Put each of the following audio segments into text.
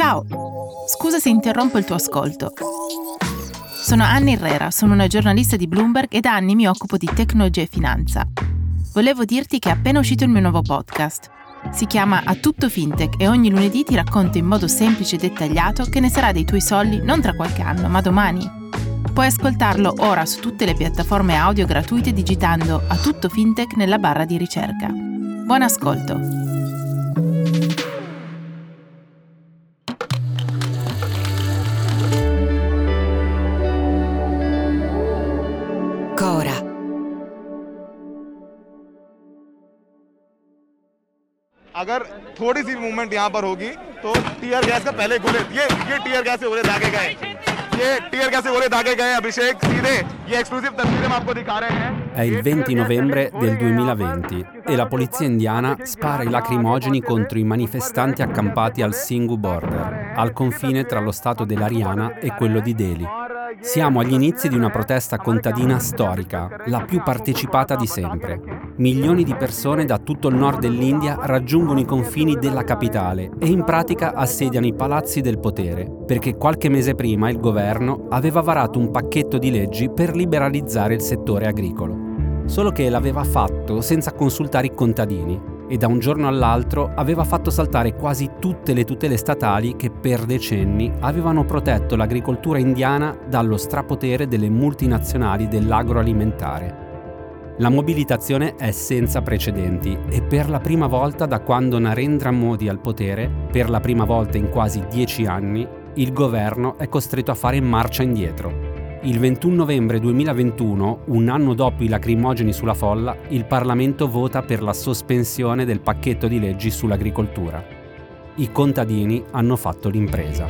Ciao! Scusa se interrompo il tuo ascolto. Sono Anna Herrera, sono una giornalista di Bloomberg e da anni mi occupo di tecnologia e finanza. Volevo dirti che è appena uscito il mio nuovo podcast. Si chiama A Tutto Fintech e ogni lunedì ti racconto in modo semplice e dettagliato che ne sarà dei tuoi soldi non tra qualche anno, ma domani. Puoi ascoltarlo ora su tutte le piattaforme audio gratuite digitando A Tutto Fintech nella barra di ricerca. Buon ascolto! Cora. अगर थोड़ी सी मूवमेंट यहाँ पर होगी तो टीयर गैस का पहले गोले ये टीयर गैस से गोले दागे गए अभिषेक सीधे ये एक्सक्लूसिव तस्वीरें हम आपको दिखा रहे हैं. È il 20 novembre del 2020 e la polizia indiana spara i lacrimogeni contro i manifestanti accampati al Singhu Border, al confine tra lo stato dell'Haryana e quello di Delhi. Siamo agli inizi di una protesta contadina storica, la più partecipata di sempre. Milioni di persone da tutto il nord dell'India raggiungono i confini della capitale e in pratica assediano i palazzi del potere, perché qualche mese prima il governo aveva varato un pacchetto di leggi per liberalizzare il settore agricolo. Solo che l'aveva fatto senza consultare i contadini e da un giorno all'altro aveva fatto saltare quasi tutte le tutele statali che per decenni avevano protetto l'agricoltura indiana dallo strapotere delle multinazionali dell'agroalimentare. La mobilitazione è senza precedenti e per la prima volta da quando Narendra Modi è al potere, per la prima volta in quasi 10 anni, il governo è costretto a fare marcia indietro. Il 21 novembre 2021, un anno dopo i lacrimogeni sulla folla, il Parlamento vota per la sospensione del pacchetto di leggi sull'agricoltura. I contadini hanno fatto l'impresa.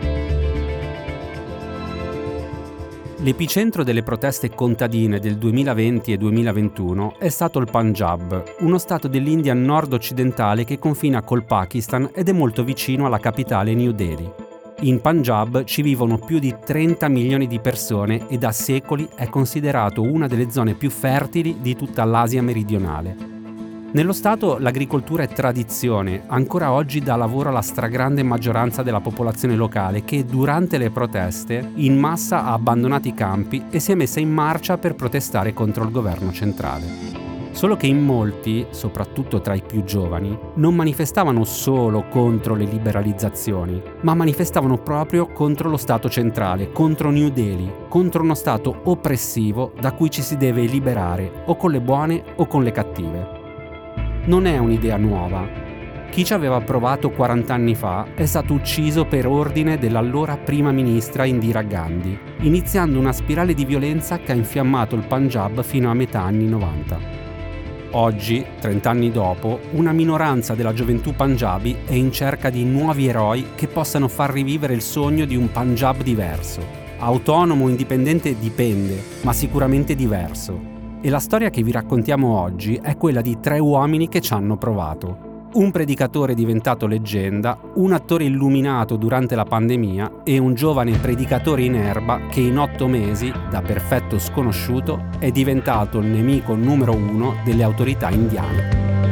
L'epicentro delle proteste contadine del 2020 e 2021 è stato il Punjab, uno stato dell'India nord-occidentale che confina col Pakistan ed è molto vicino alla capitale New Delhi. In Punjab ci vivono più di 30 milioni di persone e da secoli è considerato una delle zone più fertili di tutta l'Asia meridionale. Nello stato l'agricoltura è tradizione, ancora oggi dà lavoro alla stragrande maggioranza della popolazione locale che durante le proteste in massa ha abbandonato i campi e si è messa in marcia per protestare contro il governo centrale. Solo che in molti, soprattutto tra i più giovani, non manifestavano solo contro le liberalizzazioni, ma manifestavano proprio contro lo Stato centrale, contro New Delhi, contro uno Stato oppressivo da cui ci si deve liberare, o con le buone o con le cattive. Non è un'idea nuova. Chi ci aveva provato 40 anni fa è stato ucciso per ordine dell'allora prima ministra Indira Gandhi, iniziando una spirale di violenza che ha infiammato il Punjab fino a metà anni 90. Oggi, 30 anni dopo, una minoranza della gioventù punjabi è in cerca di nuovi eroi che possano far rivivere il sogno di un Punjab diverso. Autonomo, indipendente dipende, ma sicuramente diverso. E la storia che vi raccontiamo oggi è quella di 3 uomini che ci hanno provato. Un predicatore diventato leggenda, un attore illuminato durante la pandemia e un giovane predicatore in erba che in 8 mesi, da perfetto sconosciuto, è diventato il nemico numero 1 delle autorità indiane.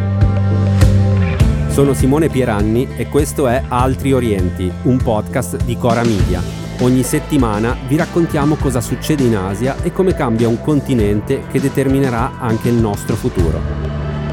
Sono Simone Pieranni e questo è Altri Orienti, un podcast di Cora Media. Ogni settimana vi raccontiamo cosa succede in Asia e come cambia un continente che determinerà anche il nostro futuro.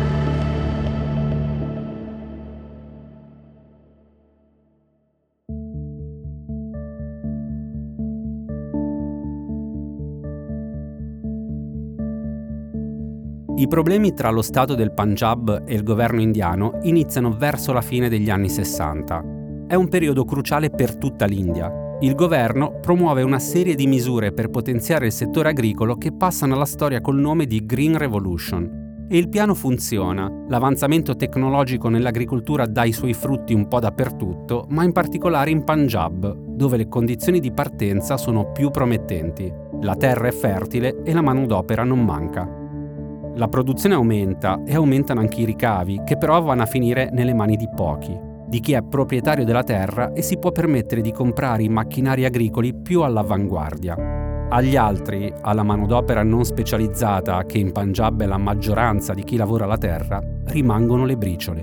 I problemi tra lo Stato del Punjab e il governo indiano iniziano verso la fine degli anni 60. È un periodo cruciale per tutta l'India. Il governo promuove una serie di misure per potenziare il settore agricolo che passano alla storia col nome di Green Revolution. E il piano funziona. L'avanzamento tecnologico nell'agricoltura dà i suoi frutti un po' dappertutto, ma in particolare in Punjab, dove le condizioni di partenza sono più promettenti. La terra è fertile e la manodopera non manca. La produzione aumenta e aumentano anche i ricavi, che però vanno a finire nelle mani di pochi, di chi è proprietario della terra e si può permettere di comprare i macchinari agricoli più all'avanguardia. Agli altri, alla manodopera non specializzata, che in Punjab è la maggioranza di chi lavora la terra, rimangono le briciole.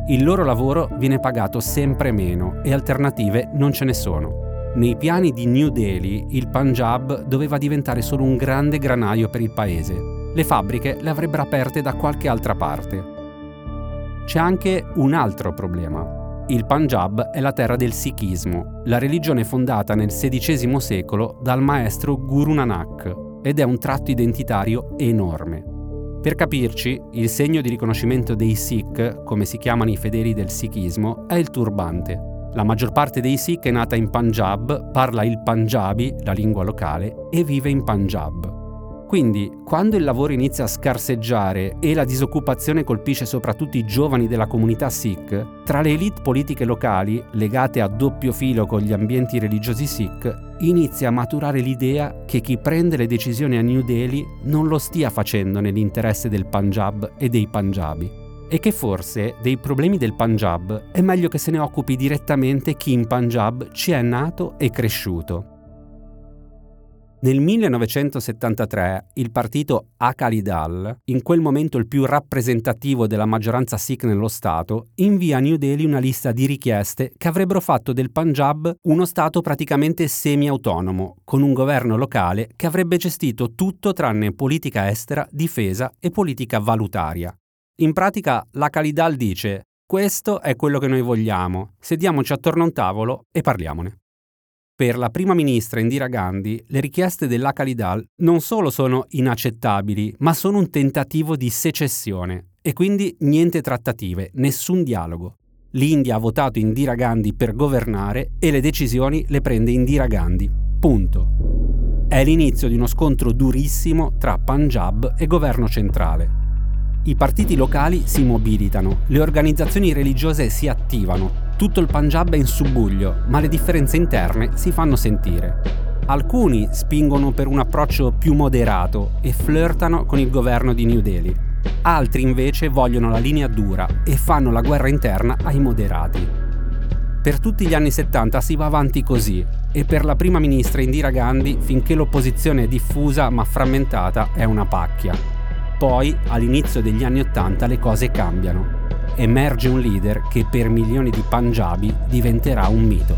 Il loro lavoro viene pagato sempre meno e alternative non ce ne sono. Nei piani di New Delhi, il Punjab doveva diventare solo un grande granaio per il paese. Le fabbriche le avrebbero aperte da qualche altra parte. C'è anche un altro problema. Il Punjab è la terra del Sikhismo, la religione fondata nel XVI secolo dal maestro Guru Nanak, ed è un tratto identitario enorme. Per capirci, il segno di riconoscimento dei Sikh, come si chiamano i fedeli del Sikhismo, è il turbante. La maggior parte dei Sikh è nata in Punjab, parla il Punjabi, la lingua locale, e vive in Punjab. Quindi, quando il lavoro inizia a scarseggiare e la disoccupazione colpisce soprattutto i giovani della comunità Sikh, tra le elite politiche locali, legate a doppio filo con gli ambienti religiosi Sikh, inizia a maturare l'idea che chi prende le decisioni a New Delhi non lo stia facendo nell'interesse del Punjab e dei Punjabi, e che forse dei problemi del Punjab è meglio che se ne occupi direttamente chi in Punjab ci è nato e cresciuto. Nel 1973 il partito Akali Dal, in quel momento il più rappresentativo della maggioranza Sikh nello Stato, invia a New Delhi una lista di richieste che avrebbero fatto del Punjab uno Stato praticamente semi-autonomo, con un governo locale che avrebbe gestito tutto tranne politica estera, difesa e politica valutaria. In pratica l'Akali Dal dice: questo è quello che noi vogliamo, sediamoci attorno a un tavolo e parliamone. Per la prima ministra Indira Gandhi, le richieste dell'Akali Dal non solo sono inaccettabili, ma sono un tentativo di secessione e quindi niente trattative, nessun dialogo. L'India ha votato Indira Gandhi per governare e le decisioni le prende Indira Gandhi. Punto. È l'inizio di uno scontro durissimo tra Punjab e governo centrale. I partiti locali si mobilitano, le organizzazioni religiose si attivano, tutto il Punjab è in subbuglio, ma le differenze interne si fanno sentire. Alcuni spingono per un approccio più moderato e flirtano con il governo di New Delhi. Altri invece vogliono la linea dura e fanno la guerra interna ai moderati. Per tutti gli anni 70 si va avanti così e per la prima ministra Indira Gandhi, finché l'opposizione è diffusa ma frammentata, è una pacchia. Poi, all'inizio degli anni 80, le cose cambiano. Emerge un leader che per milioni di Punjabi diventerà un mito.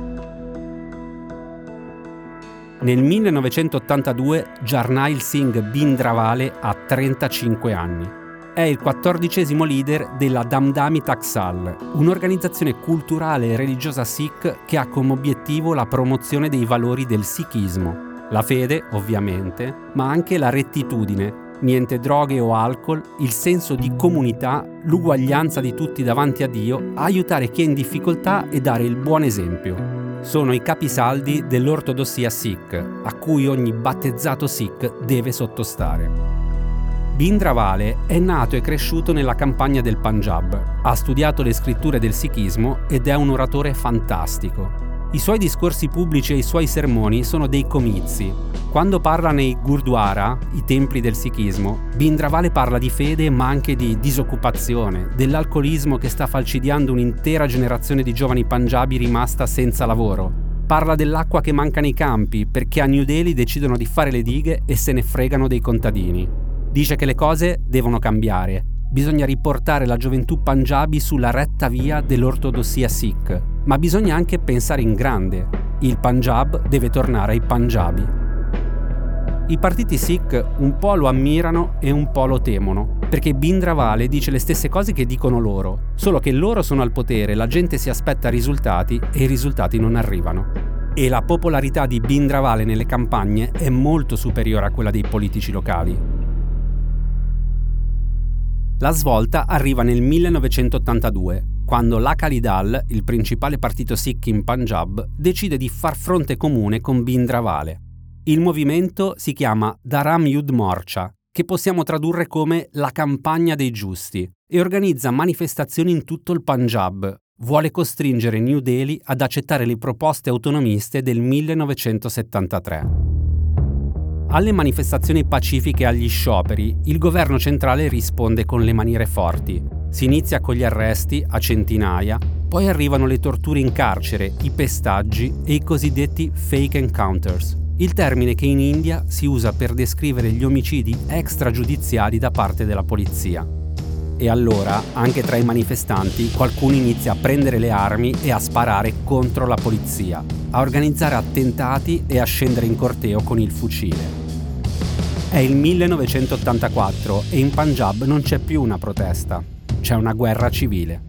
Nel 1982 Jarnail Singh Bhindranwale ha 35 anni. È il 14° leader della Damdami Taksal, un'organizzazione culturale e religiosa Sikh che ha come obiettivo la promozione dei valori del Sikhismo. La fede, ovviamente, ma anche la rettitudine, niente droghe o alcol, il senso di comunità, l'uguaglianza di tutti davanti a Dio, aiutare chi è in difficoltà e dare il buon esempio. Sono i capisaldi dell'ortodossia Sikh, a cui ogni battezzato Sikh deve sottostare. Bhindranwale è nato e cresciuto nella campagna del Punjab, ha studiato le scritture del Sikhismo ed è un oratore fantastico. I suoi discorsi pubblici e i suoi sermoni sono dei comizi. Quando parla nei Gurdwara, i templi del Sikhismo, Bhindranwale parla di fede ma anche di disoccupazione, dell'alcolismo che sta falcidiando un'intera generazione di giovani punjabi rimasta senza lavoro. Parla dell'acqua che manca nei campi perché a New Delhi decidono di fare le dighe e se ne fregano dei contadini. Dice che le cose devono cambiare. Bisogna riportare la gioventù punjabi sulla retta via dell'ortodossia Sikh, ma bisogna anche pensare in grande. Il Punjab deve tornare ai punjabi. I partiti Sikh un po' lo ammirano e un po' lo temono, perché Bhindranwale dice le stesse cose che dicono loro, solo che loro sono al potere, la gente si aspetta risultati e i risultati non arrivano. E la popolarità di Bhindranwale nelle campagne è molto superiore a quella dei politici locali. La svolta arriva nel 1982, quando l'Akali Dal, il principale partito Sikh in Punjab, decide di far fronte comune con Bhindranwale. Il movimento si chiama Dharam Yudh Morcha, che possiamo tradurre come la campagna dei giusti, e organizza manifestazioni in tutto il Punjab. Vuole costringere New Delhi ad accettare le proposte autonomiste del 1973. Alle manifestazioni pacifiche e agli scioperi, il governo centrale risponde con le maniere forti. Si inizia con gli arresti a centinaia, poi arrivano le torture in carcere, i pestaggi e i cosiddetti fake encounters, il termine che in India si usa per descrivere gli omicidi extragiudiziali da parte della polizia. E allora, anche tra i manifestanti, qualcuno inizia a prendere le armi e a sparare contro la polizia, a organizzare attentati e a scendere in corteo con il fucile. È il 1984 e in Punjab non c'è più una protesta, c'è una guerra civile.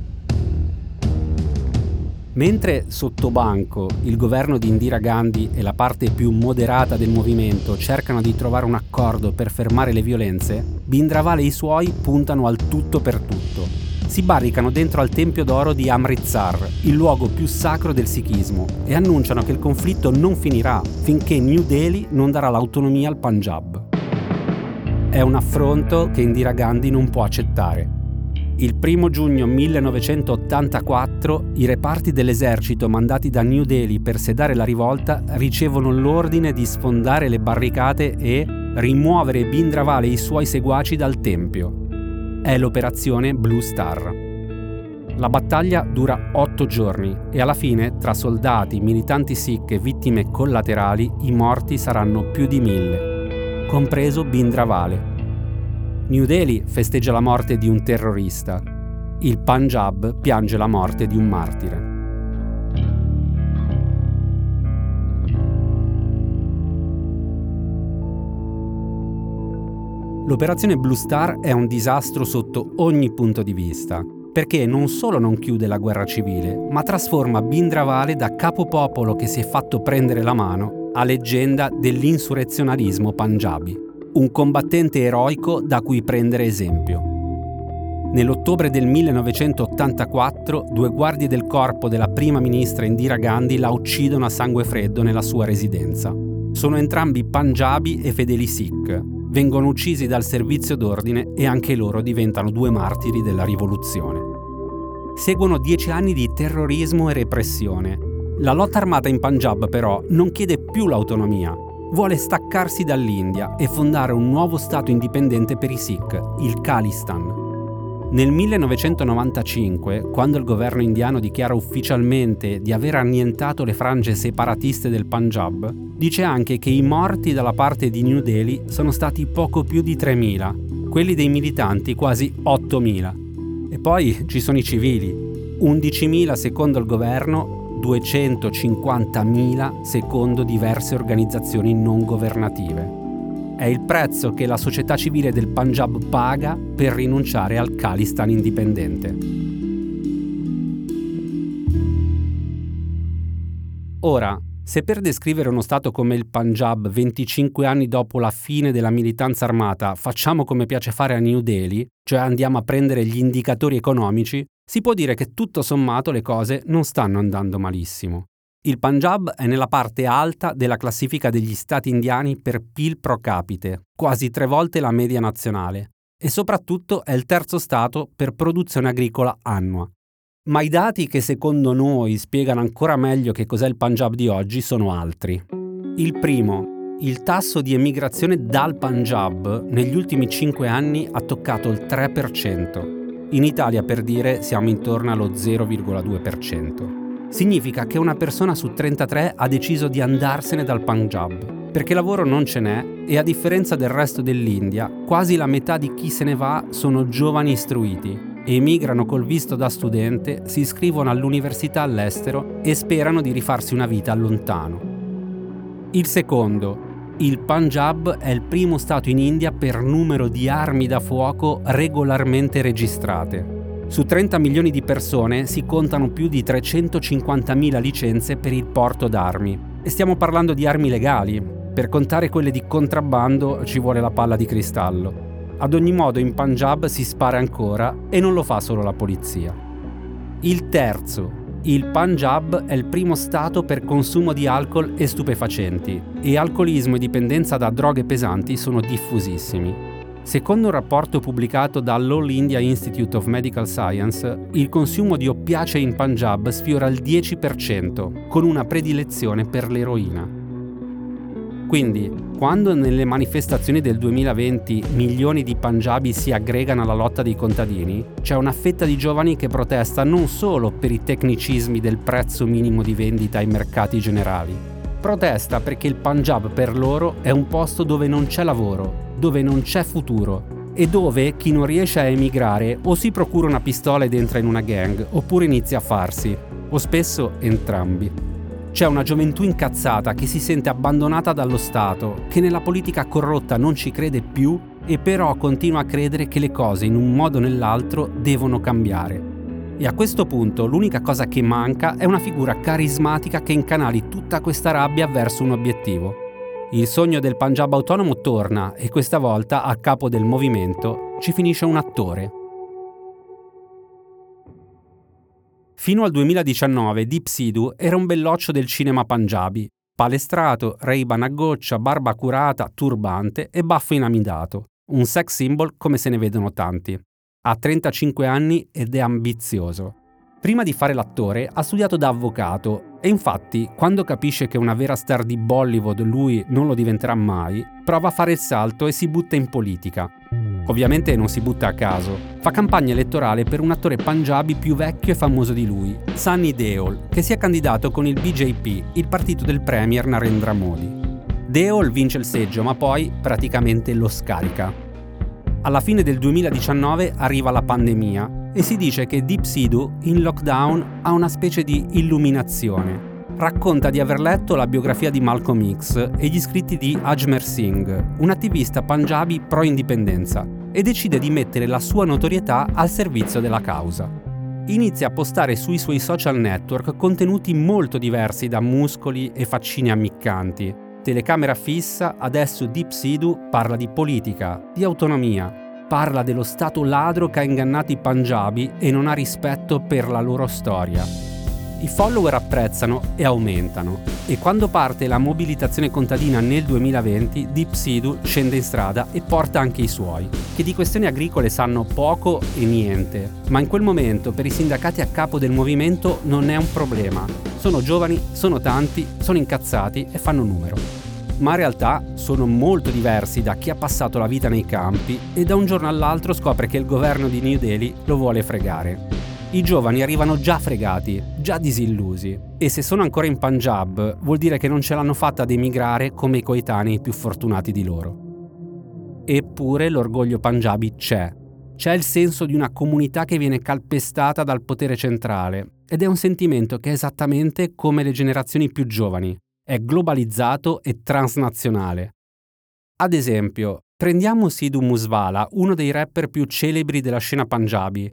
Mentre sotto banco il governo di Indira Gandhi e la parte più moderata del movimento cercano di trovare un accordo per fermare le violenze, Bhindranwale e i suoi puntano al tutto per tutto. Si barricano dentro al Tempio d'Oro di Amritsar, il luogo più sacro del sikhismo, e annunciano che il conflitto non finirà finché New Delhi non darà l'autonomia al Punjab. È un affronto che Indira Gandhi non può accettare. Il 1 giugno 1984 i reparti dell'esercito mandati da New Delhi per sedare la rivolta ricevono l'ordine di sfondare le barricate e rimuovere Bhindranwale e i suoi seguaci dal tempio. È l'operazione Blue Star. La battaglia dura 8 giorni e alla fine, tra soldati, militanti sikh e vittime collaterali, i morti saranno più di 1000, compreso Bhindranwale. New Delhi festeggia la morte di un terrorista. Il Punjab piange la morte di un martire. L'operazione Blue Star è un disastro sotto ogni punto di vista, perché non solo non chiude la guerra civile, ma trasforma Bhindranwale da capopopolo che si è fatto prendere la mano a leggenda dell'insurrezionalismo punjabi. Un combattente eroico da cui prendere esempio. Nell'ottobre del 1984, 2 guardie del corpo della prima ministra Indira Gandhi la uccidono a sangue freddo nella sua residenza. Sono entrambi punjabi e fedeli sikh. Vengono uccisi dal servizio d'ordine e anche loro diventano 2 martiri della rivoluzione. Seguono 10 anni di terrorismo e repressione. La lotta armata in Punjab però non chiede più l'autonomia. Vuole staccarsi dall'India e fondare un nuovo stato indipendente per i Sikh, il Khalistan. Nel 1995, quando il governo indiano dichiara ufficialmente di aver annientato le frange separatiste del Punjab, dice anche che i morti dalla parte di New Delhi sono stati poco più di 3.000, quelli dei militanti quasi 8.000. E poi ci sono i civili, 11.000 secondo il governo, 250.000 secondo diverse organizzazioni non governative. È il prezzo che la società civile del Punjab paga per rinunciare al Khalistan indipendente. Ora, se per descrivere uno stato come il Punjab 25 anni dopo la fine della militanza armata facciamo come piace fare a New Delhi, cioè andiamo a prendere gli indicatori economici, si può dire che tutto sommato le cose non stanno andando malissimo. Il Punjab è nella parte alta della classifica degli stati indiani per PIL pro capite, quasi 3 volte la media nazionale, e soprattutto è il terzo stato per produzione agricola annua. Ma i dati che secondo noi spiegano ancora meglio che cos'è il Punjab di oggi sono altri. Il primo, il tasso di emigrazione dal Punjab negli ultimi 5 anni ha toccato il 3%. In Italia, per dire, siamo intorno allo 0,2%. Significa che una persona su 33 ha deciso di andarsene dal Punjab, perché lavoro non ce n'è e a differenza del resto dell'India, quasi la metà di chi se ne va sono giovani istruiti, emigrano col visto da studente, si iscrivono all'università all'estero e sperano di rifarsi una vita lontano. Il secondo, il Punjab è il primo stato in India per numero di armi da fuoco regolarmente registrate. Su 30 milioni di persone si contano più di 350.000 licenze per il porto d'armi. E stiamo parlando di armi legali. Per contare quelle di contrabbando ci vuole la palla di cristallo. Ad ogni modo in Punjab si spara ancora e non lo fa solo la polizia. Il terzo, il Punjab è il primo stato per consumo di alcol e stupefacenti e alcolismo e dipendenza da droghe pesanti sono diffusissimi. Secondo un rapporto pubblicato dall'All India Institute of Medical Science, il consumo di oppiacei in Punjab sfiora il 10%, con una predilezione per l'eroina. Quindi, quando nelle manifestazioni del 2020 milioni di punjabi si aggregano alla lotta dei contadini, c'è una fetta di giovani che protesta non solo per i tecnicismi del prezzo minimo di vendita ai mercati generali. Protesta perché il Punjab per loro è un posto dove non c'è lavoro, dove non c'è futuro e dove chi non riesce a emigrare o si procura una pistola ed entra in una gang, oppure inizia a farsi, o spesso entrambi. C'è una gioventù incazzata che si sente abbandonata dallo Stato, che nella politica corrotta non ci crede più e però continua a credere che le cose in un modo o nell'altro devono cambiare. E a questo punto l'unica cosa che manca è una figura carismatica che incanali tutta questa rabbia verso un obiettivo. Il sogno del Punjab autonomo torna e questa volta a capo del movimento ci finisce un attore. Fino al 2019 Deep Sidhu era un belloccio del cinema punjabi, palestrato, Ray-Ban a goccia, barba curata, turbante e baffo inamidato. Un sex symbol come se ne vedono tanti. Ha 35 anni ed è ambizioso. Prima di fare l'attore ha studiato da avvocato e infatti quando capisce che una vera star di Bollywood lui non lo diventerà mai, prova a fare il salto e si butta in politica. Ovviamente non si butta a caso, fa campagna elettorale per un attore punjabi più vecchio e famoso di lui, Sunny Deol, che si è candidato con il BJP, il partito del premier Narendra Modi. Deol vince il seggio ma poi praticamente lo scarica. Alla fine del 2019 arriva la pandemia e si dice che Deep Sidhu in lockdown ha una specie di illuminazione. Racconta di aver letto la biografia di Malcolm X e gli scritti di Ajmer Singh, un attivista punjabi pro-indipendenza, e decide di mettere la sua notorietà al servizio della causa. Inizia a postare sui suoi social network contenuti molto diversi da muscoli e faccine ammiccanti. Telecamera fissa, adesso Deep Sidhu parla di politica, di autonomia, parla dello stato ladro che ha ingannato i punjabi e non ha rispetto per la loro storia. I follower apprezzano e aumentano e quando parte la mobilitazione contadina nel 2020 Deep Sidhu scende in strada e porta anche i suoi, che di questioni agricole sanno poco e niente, ma in quel momento per i sindacati a capo del movimento non è un problema. Sono giovani, sono tanti, sono incazzati e fanno numero. Ma in realtà sono molto diversi da chi ha passato la vita nei campi e da un giorno all'altro scopre che il governo di New Delhi lo vuole fregare. I giovani arrivano già fregati, già disillusi, e se sono ancora in Punjab vuol dire che non ce l'hanno fatta ad emigrare come i coetanei più fortunati di loro. Eppure l'orgoglio punjabi c'è. C'è il senso di una comunità che viene calpestata dal potere centrale ed è un sentimento che è esattamente come le generazioni più giovani. È globalizzato e transnazionale. Ad esempio, prendiamo Sidhu Moosewala, uno dei rapper più celebri della scena punjabi.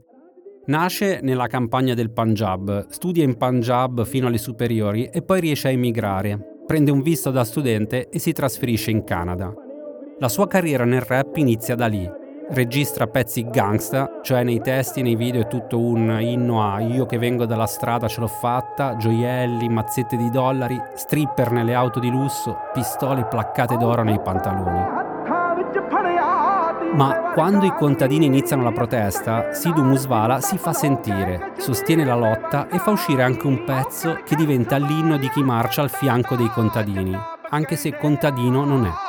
Nasce nella campagna del Punjab, studia in Punjab fino alle superiori e poi riesce a emigrare. Prende un visto da studente e si trasferisce in Canada. La sua carriera nel rap inizia da lì. Registra pezzi gangsta, cioè nei testi e nei video è tutto un inno a io che vengo dalla strada ce l'ho fatta, gioielli, mazzette di dollari, stripper nelle auto di lusso, pistole placcate d'oro nei pantaloni. Ma quando i contadini iniziano la protesta, Sidhu Moosewala si fa sentire, sostiene la lotta e fa uscire anche un pezzo che diventa l'inno di chi marcia al fianco dei contadini, anche se contadino non è.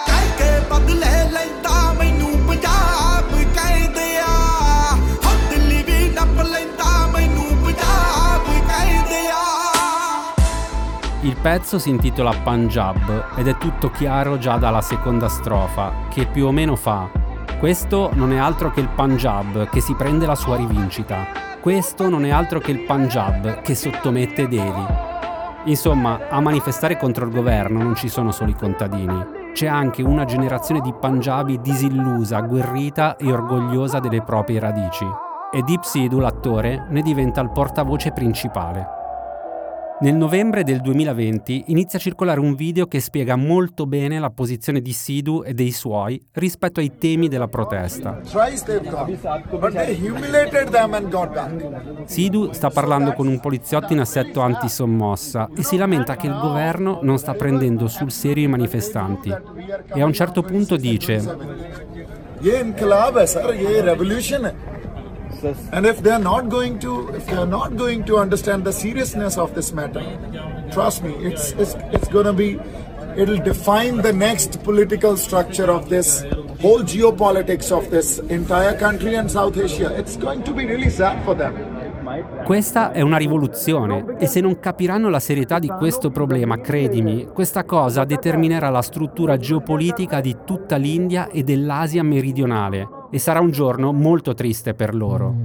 Il pezzo si intitola Punjab ed è tutto chiaro già dalla seconda strofa, che più o meno fa: questo non è altro che il Punjab che si prende la sua rivincita. Questo non è altro che il Punjab che sottomette Delhi. Insomma, a manifestare contro il governo non ci sono solo i contadini. C'è anche una generazione di punjabi disillusa, agguerrita e orgogliosa delle proprie radici. E Deep Sidhu, l'attore, ne diventa il portavoce principale. Nel novembre del 2020 inizia a circolare un video che spiega molto bene la posizione di Sidhu e dei suoi rispetto ai temi della protesta. Sidhu sta parlando con un poliziotto in assetto antisommossa e si lamenta che il governo non sta prendendo sul serio i manifestanti. E a un certo punto dice: And if they are not going to understand the seriousness of this matter, trust me, it's going to be, it'll define the next political structure of this whole geopolitics of this entire country and South Asia. It's going to be really sad for them. Questa è una rivoluzione e se non capiranno la serietà di questo problema, credimi, questa cosa determinerà la struttura geopolitica di tutta l'India e dell'Asia meridionale E sarà un giorno molto triste per loro.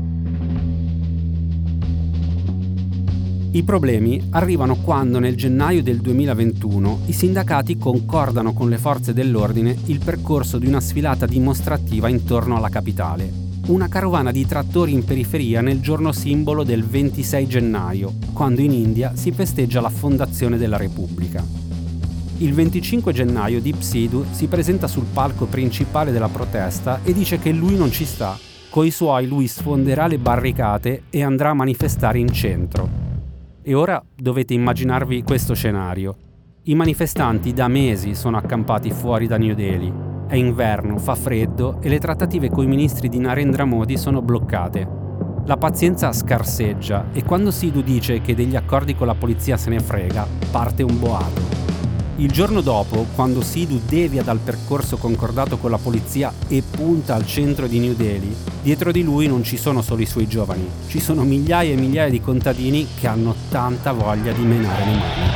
I problemi arrivano quando nel gennaio del 2021 i sindacati concordano con le forze dell'ordine il percorso di una sfilata dimostrativa intorno alla capitale. Una carovana di trattori in periferia nel giorno simbolo del 26 gennaio, quando in India si festeggia la fondazione della Repubblica. Il 25 gennaio Deep Sidhu si presenta sul palco principale della protesta e dice che lui non ci sta. Coi suoi lui sfonderà le barricate e andrà a manifestare in centro. E ora dovete immaginarvi questo scenario. I manifestanti da mesi sono accampati fuori da New Delhi. È inverno, fa freddo e le trattative coi ministri di Narendra Modi sono bloccate. La pazienza scarseggia e quando Sidhu dice che degli accordi con la polizia se ne frega, parte un boato. Il giorno dopo, quando Sidhu devia dal percorso concordato con la polizia e punta al centro di New Delhi, dietro di lui non ci sono solo i suoi giovani, ci sono migliaia e migliaia di contadini che hanno tanta voglia di menare le mani.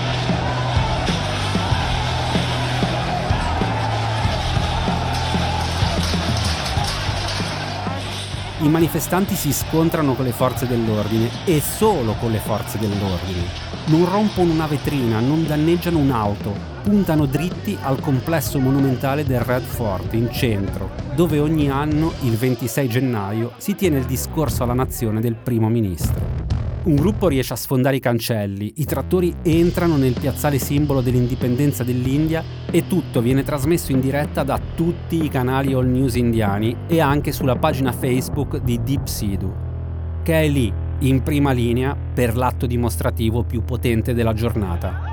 I manifestanti si scontrano con le forze dell'ordine e solo con le forze dell'ordine. Non rompono una vetrina, non danneggiano un'auto, puntano dritti al complesso monumentale del Red Fort in centro, dove ogni anno, il 26 gennaio, si tiene il discorso alla nazione del primo ministro. Un gruppo riesce a sfondare i cancelli, i trattori entrano nel piazzale simbolo dell'indipendenza dell'India e tutto viene trasmesso in diretta da tutti i canali all news indiani e anche sulla pagina Facebook di Deep Sidhu, che è lì, in prima linea, per l'atto dimostrativo più potente della giornata.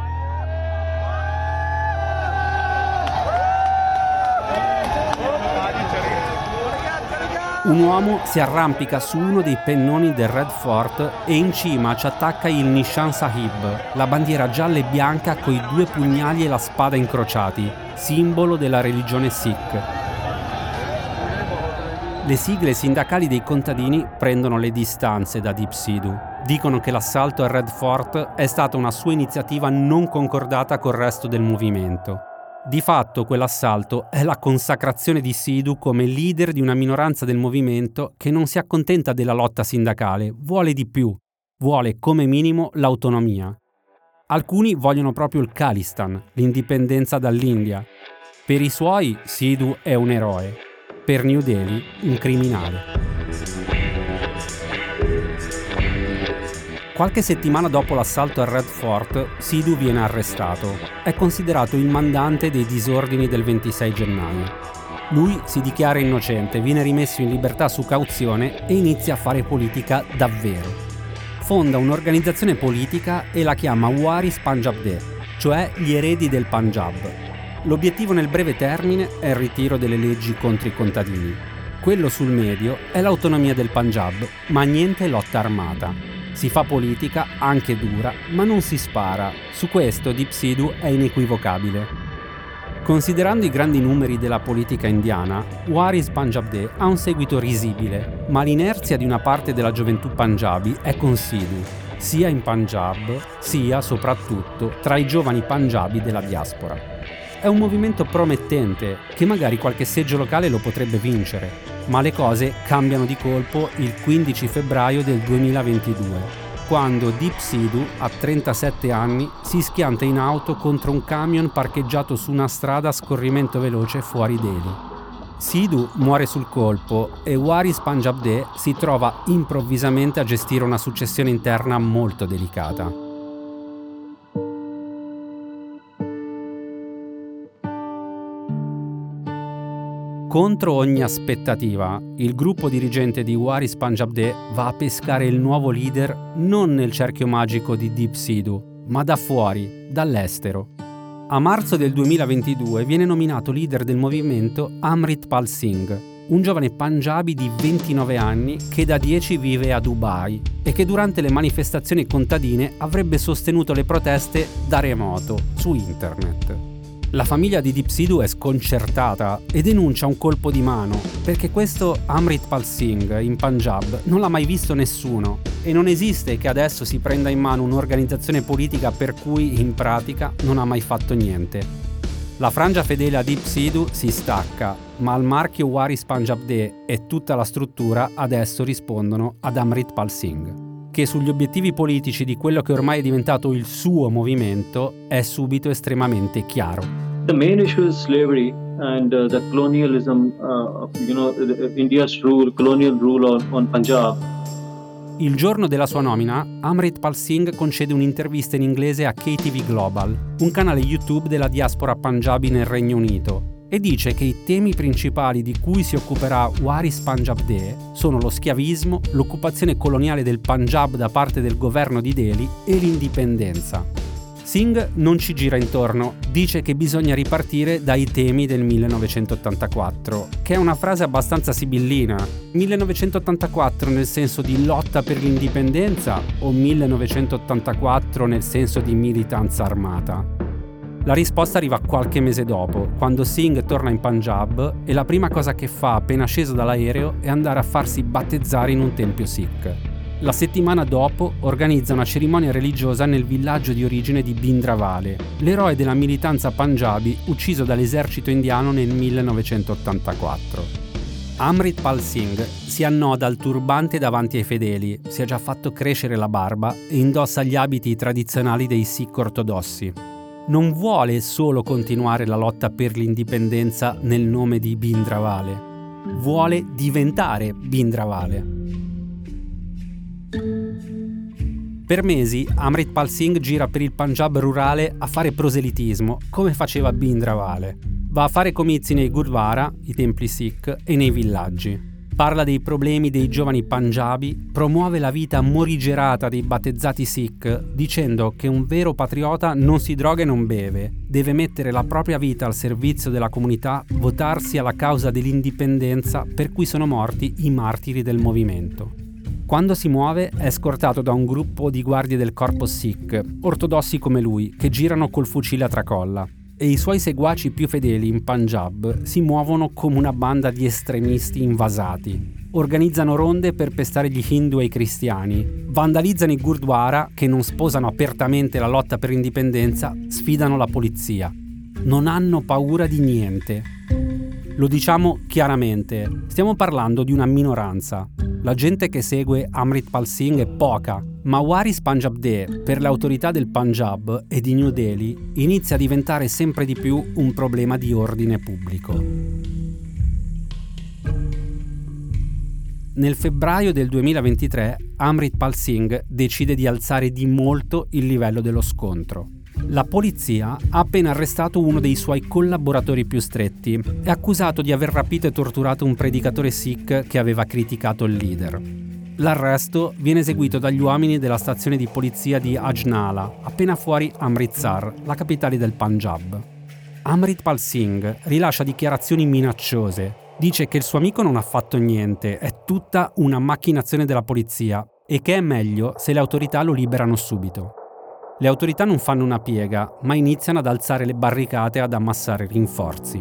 Un uomo si arrampica su uno dei pennoni del Red Fort e in cima ci attacca il Nishan Sahib, la bandiera gialla e bianca coi 2 pugnali e la spada incrociati, simbolo della religione Sikh. Le sigle sindacali dei contadini prendono le distanze da Deep Sidhu. Dicono che l'assalto al Red Fort è stata una sua iniziativa non concordata col resto del movimento. Di fatto quell'assalto è la consacrazione di Sidhu come leader di una minoranza del movimento che non si accontenta della lotta sindacale, vuole di più, vuole come minimo l'autonomia. Alcuni vogliono proprio il Khalistan, l'indipendenza dall'India. Per i suoi Sidhu è un eroe, per New Delhi un criminale. Qualche settimana dopo l'assalto al Red Fort, Sidhu viene arrestato. È considerato il mandante dei disordini del 26 gennaio. Lui si dichiara innocente, viene rimesso in libertà su cauzione e inizia a fare politica davvero. Fonda un'organizzazione politica e la chiama Waris Punjab De, cioè gli eredi del Punjab. L'obiettivo nel breve termine è il ritiro delle leggi contro i contadini. Quello sul medio è l'autonomia del Punjab, ma niente lotta armata. Si fa politica, anche dura, ma non si spara. Su questo Deep Sidhu è inequivocabile. Considerando i grandi numeri della politica indiana, Waris Punjab De ha un seguito risibile, ma l'inerzia di una parte della gioventù punjabi è con Sidhu, sia in Punjab, sia soprattutto tra i giovani punjabi della diaspora. È un movimento promettente, che magari qualche seggio locale lo potrebbe vincere, ma le cose cambiano di colpo il 15 febbraio del 2022, quando Deep Sidhu, a 37 anni, si schianta in auto contro un camion parcheggiato su una strada a scorrimento veloce fuori Delhi. Sidhu muore sul colpo e Waris Punjab De si trova improvvisamente a gestire una successione interna molto delicata. Contro ogni aspettativa, il gruppo dirigente di Waris Punjab De va a pescare il nuovo leader non nel cerchio magico di Deep Sidhu, ma da fuori, dall'estero. A marzo del 2022 viene nominato leader del movimento Amritpal Singh, un giovane punjabi di 29 anni che da 10 vive a Dubai e che durante le manifestazioni contadine avrebbe sostenuto le proteste da remoto, su internet. La famiglia di Deep Sidhu è sconcertata e denuncia un colpo di mano, perché questo Amritpal Singh in Punjab non l'ha mai visto nessuno e non esiste che adesso si prenda in mano un'organizzazione politica per cui in pratica non ha mai fatto niente. La frangia fedele a Deep Sidhu si stacca, ma il marchio Waris Punjab De e tutta la struttura adesso rispondono ad Amritpal Singh, che sugli obiettivi politici di quello che ormai è diventato il suo movimento è subito estremamente chiaro. The main issue is slavery and the colonialism, India's colonial rule on Punjab. Il giorno della sua nomina, Amritpal Singh concede un'intervista in inglese a KTV Global, un canale YouTube della diaspora punjabi nel Regno Unito, e dice che i temi principali di cui si occuperà Waris Punjab De sono lo schiavismo, l'occupazione coloniale del Punjab da parte del governo di Delhi e l'indipendenza. Singh non ci gira intorno, dice che bisogna ripartire dai temi del 1984, che è una frase abbastanza sibillina. 1984 nel senso di lotta per l'indipendenza o 1984 nel senso di militanza armata? La risposta arriva qualche mese dopo, quando Singh torna in Punjab e la prima cosa che fa appena sceso dall'aereo è andare a farsi battezzare in un tempio sikh. La settimana dopo organizza una cerimonia religiosa nel villaggio di origine di Bhindranwale, l'eroe della militanza punjabi ucciso dall'esercito indiano nel 1984. Amritpal Singh si annoda il turbante davanti ai fedeli, si è già fatto crescere la barba e indossa gli abiti tradizionali dei sikh ortodossi. Non vuole solo continuare la lotta per l'indipendenza nel nome di Bhindranwale, vuole diventare Bhindranwale. Per mesi Amritpal Singh gira per il Punjab rurale a fare proselitismo, come faceva Bhindranwale. Va a fare comizi nei gurdwara, i templi sikh, e nei villaggi. Parla dei problemi dei giovani punjabi, promuove la vita morigerata dei battezzati sikh, dicendo che un vero patriota non si droga e non beve, deve mettere la propria vita al servizio della comunità, votarsi alla causa dell'indipendenza per cui sono morti i martiri del movimento. Quando si muove è scortato da un gruppo di guardie del corpo sikh, ortodossi come lui, che girano col fucile a tracolla, e i suoi seguaci più fedeli in Punjab si muovono come una banda di estremisti invasati. Organizzano ronde per pestare gli hindu e i cristiani, vandalizzano i gurdwara che non sposano apertamente la lotta per l'indipendenza, sfidano la polizia. Non hanno paura di niente. Lo diciamo chiaramente, stiamo parlando di una minoranza. La gente che segue Amritpal Singh è poca, ma Waris Punjab De, per le autorità del Punjab e di New Delhi, inizia a diventare sempre di più un problema di ordine pubblico. Nel febbraio del 2023, Amritpal Singh decide di alzare di molto il livello dello scontro. La polizia ha appena arrestato uno dei suoi collaboratori più stretti e accusato di aver rapito e torturato un predicatore sikh che aveva criticato il leader. L'arresto viene eseguito dagli uomini della stazione di polizia di Ajnala, appena fuori Amritsar, la capitale del Punjab. Amritpal Singh rilascia dichiarazioni minacciose, dice che il suo amico non ha fatto niente, è tutta una macchinazione della polizia e che è meglio se le autorità lo liberano subito. Le autorità non fanno una piega, ma iniziano ad alzare le barricate e ad ammassare rinforzi.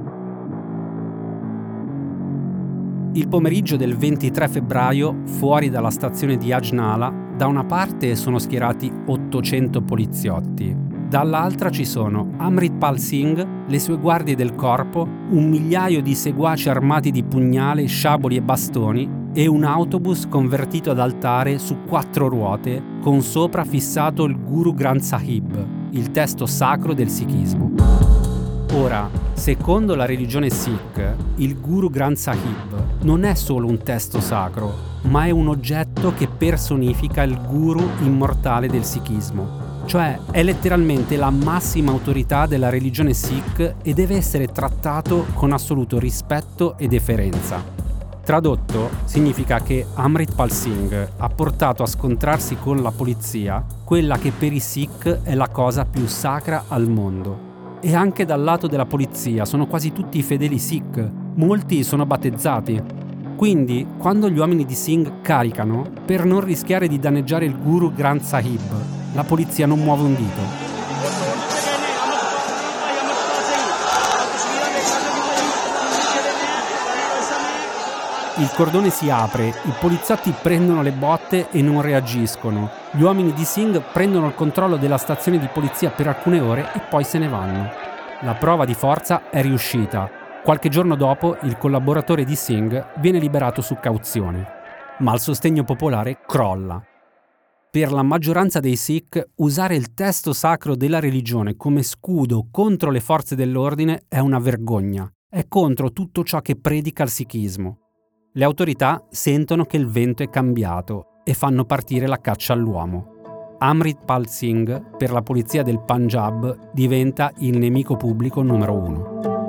Il pomeriggio del 23 febbraio, fuori dalla stazione di Ajnala, da una parte sono schierati 800 poliziotti, dall'altra ci sono Amritpal Singh, le sue guardie del corpo, 1.000.000 di seguaci armati di pugnale, sciaboli e bastoni e un autobus convertito ad altare su 4 ruote con sopra fissato il Guru Granth Sahib, il testo sacro del sikhismo. Ora, secondo la religione sikh, il Guru Granth Sahib non è solo un testo sacro, ma è un oggetto che personifica il guru immortale del sikhismo. Cioè è letteralmente la massima autorità della religione sikh e deve essere trattato con assoluto rispetto e deferenza. Tradotto, significa che Amritpal Singh ha portato a scontrarsi con la polizia quella che per i Sikh è la cosa più sacra al mondo. E anche dal lato della polizia sono quasi tutti fedeli Sikh, molti sono battezzati. Quindi, quando gli uomini di Singh caricano, per non rischiare di danneggiare il Guru Granth Sahib, la polizia non muove un dito. Il cordone si apre, i poliziotti prendono le botte e non reagiscono. Gli uomini di Singh prendono il controllo della stazione di polizia per alcune ore e poi se ne vanno. La prova di forza è riuscita. Qualche giorno dopo il collaboratore di Singh viene liberato su cauzione, ma il sostegno popolare crolla. Per la maggioranza dei Sikh, usare il testo sacro della religione come scudo contro le forze dell'ordine è una vergogna. È contro tutto ciò che predica il sikhismo. Le autorità sentono che il vento è cambiato e fanno partire la caccia all'uomo. Amritpal Singh, per la polizia del Punjab, diventa il nemico pubblico numero 1.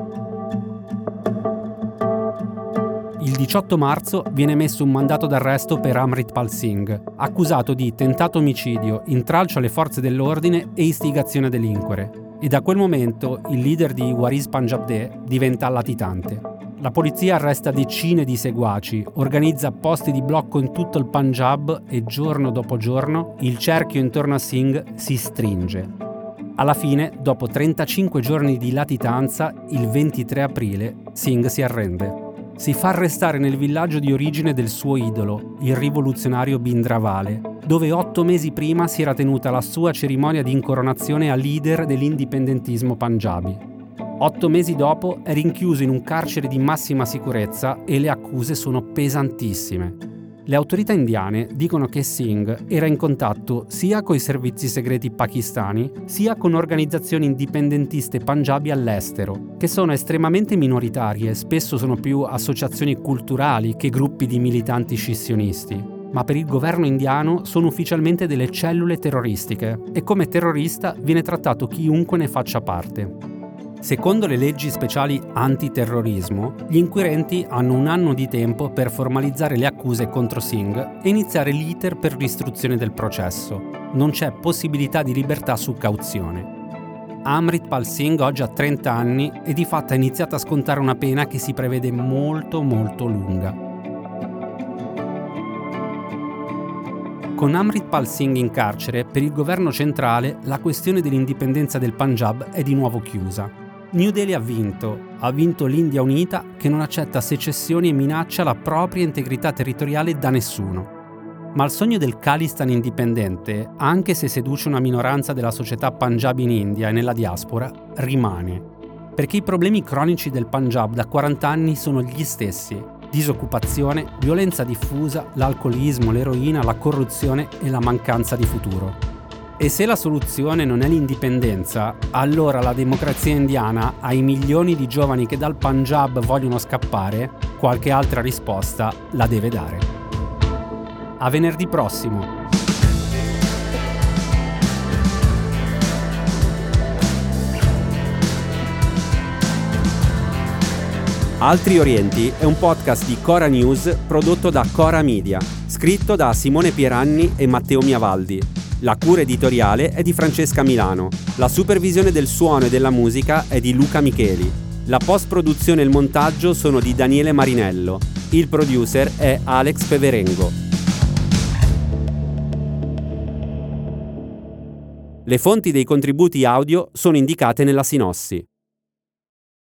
Il 18 marzo viene emesso un mandato d'arresto per Amritpal Singh, accusato di tentato omicidio, intralcio alle forze dell'ordine e istigazione a delinquere. E da quel momento il leader di Waris Panjabde diventa latitante. La polizia arresta decine di seguaci, organizza posti di blocco in tutto il Punjab e giorno dopo giorno il cerchio intorno a Singh si stringe. Alla fine, dopo 35 giorni di latitanza, il 23 aprile, Singh si arrende. Si fa arrestare nel villaggio di origine del suo idolo, il rivoluzionario Bhindranwale, dove 8 mesi prima si era tenuta la sua cerimonia di incoronazione a leader dell'indipendentismo punjabi. 8 mesi dopo è rinchiuso in un carcere di massima sicurezza e le accuse sono pesantissime. Le autorità indiane dicono che Singh era in contatto sia coi servizi segreti pakistani, sia con organizzazioni indipendentiste punjabi all'estero, che sono estremamente minoritarie, spesso sono più associazioni culturali che gruppi di militanti scissionisti. Ma per il governo indiano sono ufficialmente delle cellule terroristiche e come terrorista viene trattato chiunque ne faccia parte. Secondo le leggi speciali antiterrorismo, gli inquirenti hanno 1 anno di tempo per formalizzare le accuse contro Singh e iniziare l'iter per l'istruzione del processo. Non c'è possibilità di libertà su cauzione. Amritpal Singh oggi ha 30 anni e di fatto ha iniziato a scontare una pena che si prevede molto lunga. Con Amritpal Singh in carcere, per il governo centrale la questione dell'indipendenza del Punjab è di nuovo chiusa. New Delhi ha vinto l'India unita che non accetta secessioni e minaccia la propria integrità territoriale da nessuno. Ma il sogno del Khalistan indipendente, anche se seduce una minoranza della società punjabi in India e nella diaspora, rimane. Perché i problemi cronici del Punjab da 40 anni sono gli stessi: disoccupazione, violenza diffusa, l'alcolismo, l'eroina, la corruzione e la mancanza di futuro. E se la soluzione non è l'indipendenza, allora la democrazia indiana, ai milioni di giovani che dal Punjab vogliono scappare, qualche altra risposta la deve dare. A venerdì prossimo! Altri Orienti è un podcast di Cora News prodotto da Cora Media, scritto da Simone Pieranni e Matteo Miavaldi. La cura editoriale è di Francesca Milano, la supervisione del suono e della musica è di Luca Micheli, la post-produzione e il montaggio sono di Daniele Marinello, il producer è Alex Peverengo. Le fonti dei contributi audio sono indicate nella sinossi.